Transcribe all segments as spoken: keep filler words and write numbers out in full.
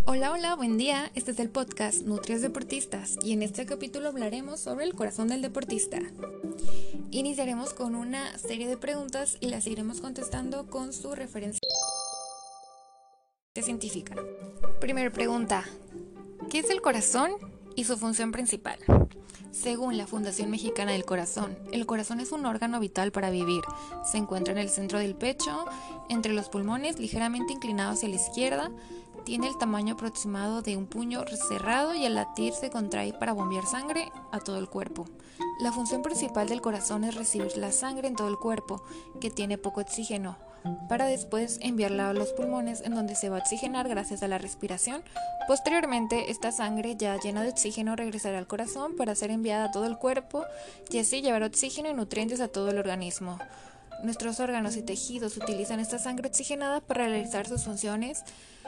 Hola, hola, buen día. Este es el podcast Nutrias Deportistas y en este capítulo hablaremos sobre el corazón del deportista. Iniciaremos con una serie de preguntas y las iremos contestando con su referencia científica. Primera pregunta: ¿qué es el corazón y su función principal? Según la Fundación Mexicana del Corazón, el corazón es un órgano vital para vivir. Se encuentra en el centro del pecho, entre los pulmones, ligeramente inclinado hacia la izquierda. Tiene el tamaño aproximado de un puño cerrado y al latir se contrae para bombear sangre a todo el cuerpo. La función principal del corazón es recibir la sangre en todo el cuerpo, que tiene poco oxígeno, para después enviarla a los pulmones, en donde se va a oxigenar gracias a la respiración. Posteriormente, esta sangre ya llena de oxígeno regresará al corazón para ser enviada a todo el cuerpo y así llevar oxígeno y nutrientes a todo el organismo. Nuestros órganos y tejidos utilizan esta sangre oxigenada para realizar sus funciones.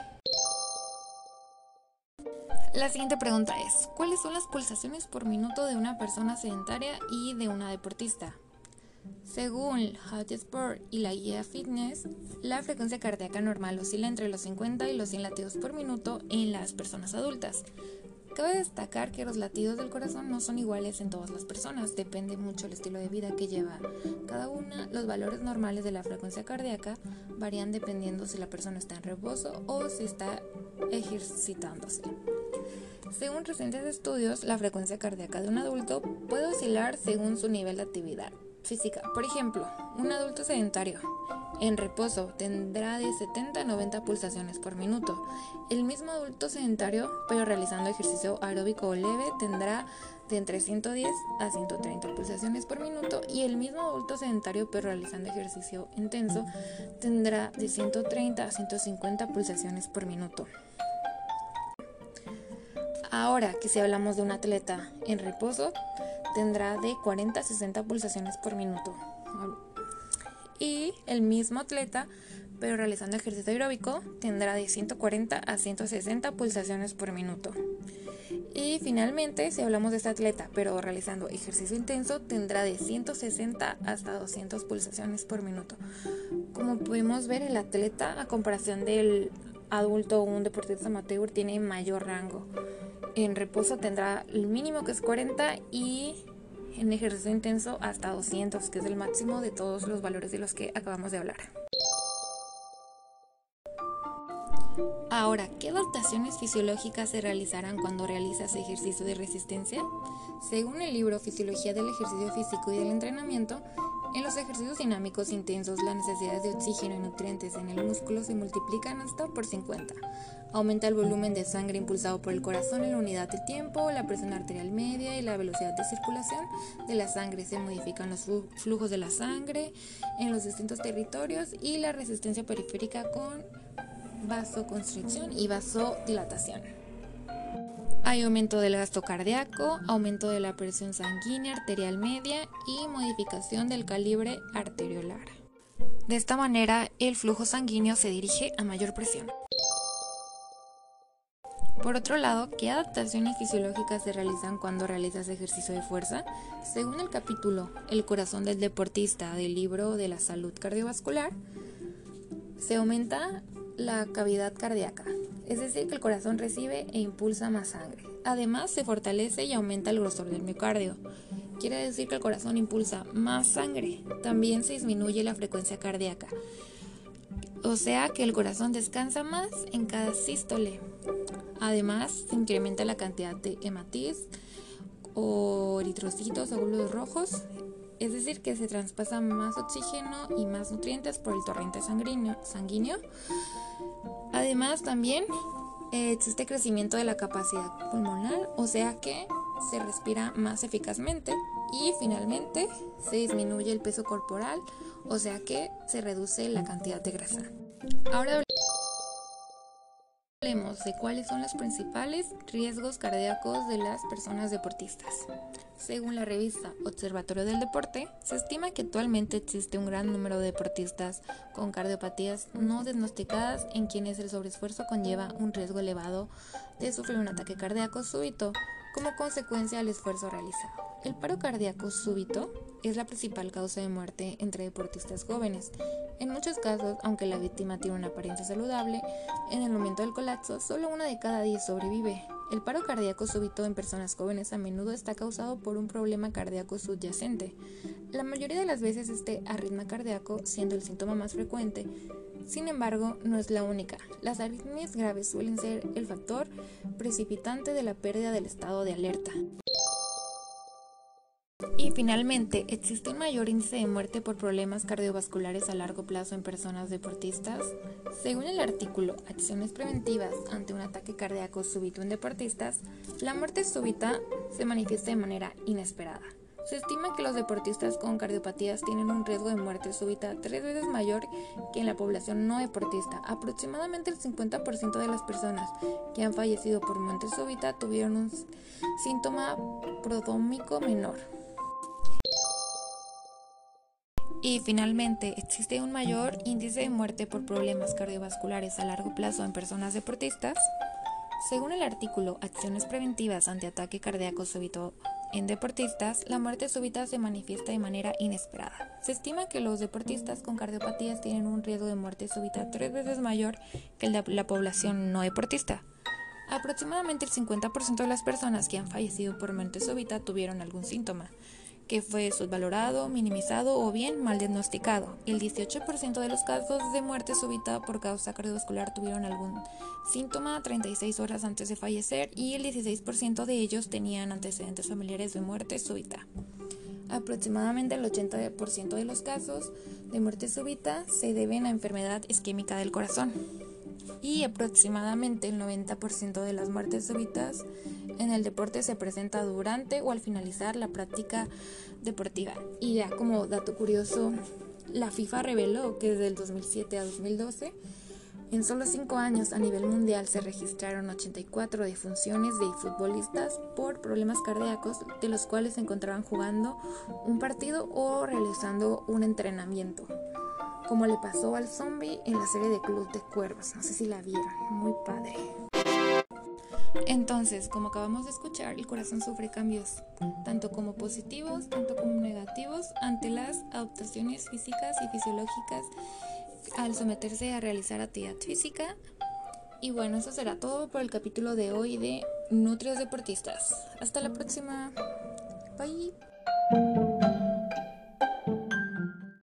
La siguiente pregunta es: ¿cuáles son las pulsaciones por minuto de una persona sedentaria y de una deportista? Según Hot Sport y la guía Fitness, la frecuencia cardíaca normal oscila entre los cincuenta y los cien latidos por minuto en las personas adultas. Cabe destacar que los latidos del corazón no son iguales en todas las personas, depende mucho el estilo de vida que lleva cada una. Los valores normales de la frecuencia cardíaca varían dependiendo si la persona está en reposo o si está ejercitándose. Según recientes estudios, la frecuencia cardíaca de un adulto puede oscilar según su nivel de actividad física. Por ejemplo, un adulto sedentario en reposo tendrá de setenta a noventa pulsaciones por minuto. El mismo adulto sedentario, pero realizando ejercicio aeróbico o leve, tendrá de entre ciento diez a ciento treinta pulsaciones por minuto, y el mismo adulto sedentario, pero realizando ejercicio intenso, tendrá de ciento treinta a ciento cincuenta pulsaciones por minuto. Ahora que si hablamos de un atleta en reposo, tendrá de cuarenta a sesenta pulsaciones por minuto. Y el mismo atleta, pero realizando ejercicio aeróbico, tendrá de ciento cuarenta a ciento sesenta pulsaciones por minuto. Y finalmente, si hablamos de este atleta, pero realizando ejercicio intenso, tendrá de ciento sesenta hasta doscientas pulsaciones por minuto. Como podemos ver, el atleta, a comparación del adulto o un deportista amateur, tiene mayor rango. En reposo tendrá el mínimo, que es cuarenta, y en ejercicio intenso hasta doscientos, que es el máximo de todos los valores de los que acabamos de hablar. Ahora, ¿qué adaptaciones fisiológicas se realizarán cuando realizas ejercicio de resistencia? Según el libro Fisiología del Ejercicio Físico y del Entrenamiento, en los ejercicios dinámicos intensos, las necesidades de oxígeno y nutrientes en el músculo se multiplican hasta por cincuenta. Aumenta el volumen de sangre impulsado por el corazón en la unidad de tiempo, la presión arterial media y la velocidad de circulación de la sangre. Se modifican los flujos de la sangre en los distintos territorios y la resistencia periférica con vasoconstricción y vasodilatación. Hay aumento del gasto cardíaco, aumento de la presión sanguínea arterial media y modificación del calibre arteriolar. De esta manera, el flujo sanguíneo se dirige a mayor presión. Por otro lado, ¿qué adaptaciones fisiológicas se realizan cuando realizas ejercicio de fuerza? Según el capítulo El corazón del deportista del libro de la salud cardiovascular, se aumenta la cavidad cardíaca, es decir, que el corazón recibe e impulsa más sangre. Además, se fortalece y aumenta el grosor del miocardio. Quiere decir que el corazón impulsa más sangre. También se disminuye la frecuencia cardíaca, o sea que el corazón descansa más en cada sístole. Además, se incrementa la cantidad de hematis o eritrocitos o glóbulos rojos, es decir, que se traspasa más oxígeno y más nutrientes por el torrente sanguíneo. Además, también eh, existe crecimiento de la capacidad pulmonar, o sea que se respira más eficazmente. Y finalmente, se disminuye el peso corporal, o sea que se reduce la cantidad de grasa. Ahora hablemos de cuáles son los principales riesgos cardíacos de las personas deportistas. Según la revista Observatorio del Deporte, se estima que actualmente existe un gran número de deportistas con cardiopatías no diagnosticadas, en quienes el sobreesfuerzo conlleva un riesgo elevado de sufrir un ataque cardíaco súbito como consecuencia del esfuerzo realizado. El paro cardíaco súbito es la principal causa de muerte entre deportistas jóvenes. En muchos casos, aunque la víctima tiene una apariencia saludable, en el momento del colapso solo una de cada diez sobrevive. El paro cardíaco súbito en personas jóvenes a menudo está causado por un problema cardíaco subyacente. La mayoría de las veces este arritmia cardíaco siendo el síntoma más frecuente. Sin embargo, no es la única. Las arritmias graves suelen ser el factor precipitante de la pérdida del estado de alerta. Y finalmente, ¿existe un mayor índice de muerte por problemas cardiovasculares a largo plazo en personas deportistas? Según el artículo Acciones preventivas ante un ataque cardíaco súbito en deportistas, la muerte súbita se manifiesta de manera inesperada. Se estima que los deportistas con cardiopatías tienen un riesgo de muerte súbita tres veces mayor que en la población no deportista. Aproximadamente el cincuenta por ciento de las personas que han fallecido por muerte súbita tuvieron un síntoma prodrómico menor. Y finalmente, ¿existe un mayor índice de muerte por problemas cardiovasculares a largo plazo en personas deportistas? Según el artículo Acciones preventivas ante ataque cardíaco súbito en deportistas, la muerte súbita se manifiesta de manera inesperada. Se estima que los deportistas con cardiopatías tienen un riesgo de muerte súbita tres veces mayor que el de la población no deportista. Aproximadamente el cincuenta por ciento de las personas que han fallecido por muerte súbita tuvieron algún síntoma, que fue subvalorado, minimizado o bien mal diagnosticado. El dieciocho por ciento de los casos de muerte súbita por causa cardiovascular tuvieron algún síntoma treinta y seis horas antes de fallecer y el dieciséis por ciento de ellos tenían antecedentes familiares de muerte súbita. Aproximadamente el ochenta por ciento de los casos de muerte súbita se deben a enfermedad isquémica del corazón y aproximadamente el noventa por ciento de las muertes súbitas en el deporte se presenta durante o al finalizar la práctica deportiva. Y ya como dato curioso, la FIFA reveló que desde el dos mil siete a dos mil doce, en solo cinco años a nivel mundial se registraron ochenta y cuatro defunciones de futbolistas por problemas cardíacos, de los cuales se encontraban jugando un partido o realizando un entrenamiento, como le pasó al zombie en la serie de Club de Cuervos. No sé si la vieron, muy padre. Entonces, como acabamos de escuchar, el corazón sufre cambios, tanto como positivos, tanto como negativos, ante las adaptaciones físicas y fisiológicas al someterse a realizar actividad física. Y bueno, eso será todo por el capítulo de hoy de Nutrios Deportistas. Hasta la próxima. Bye.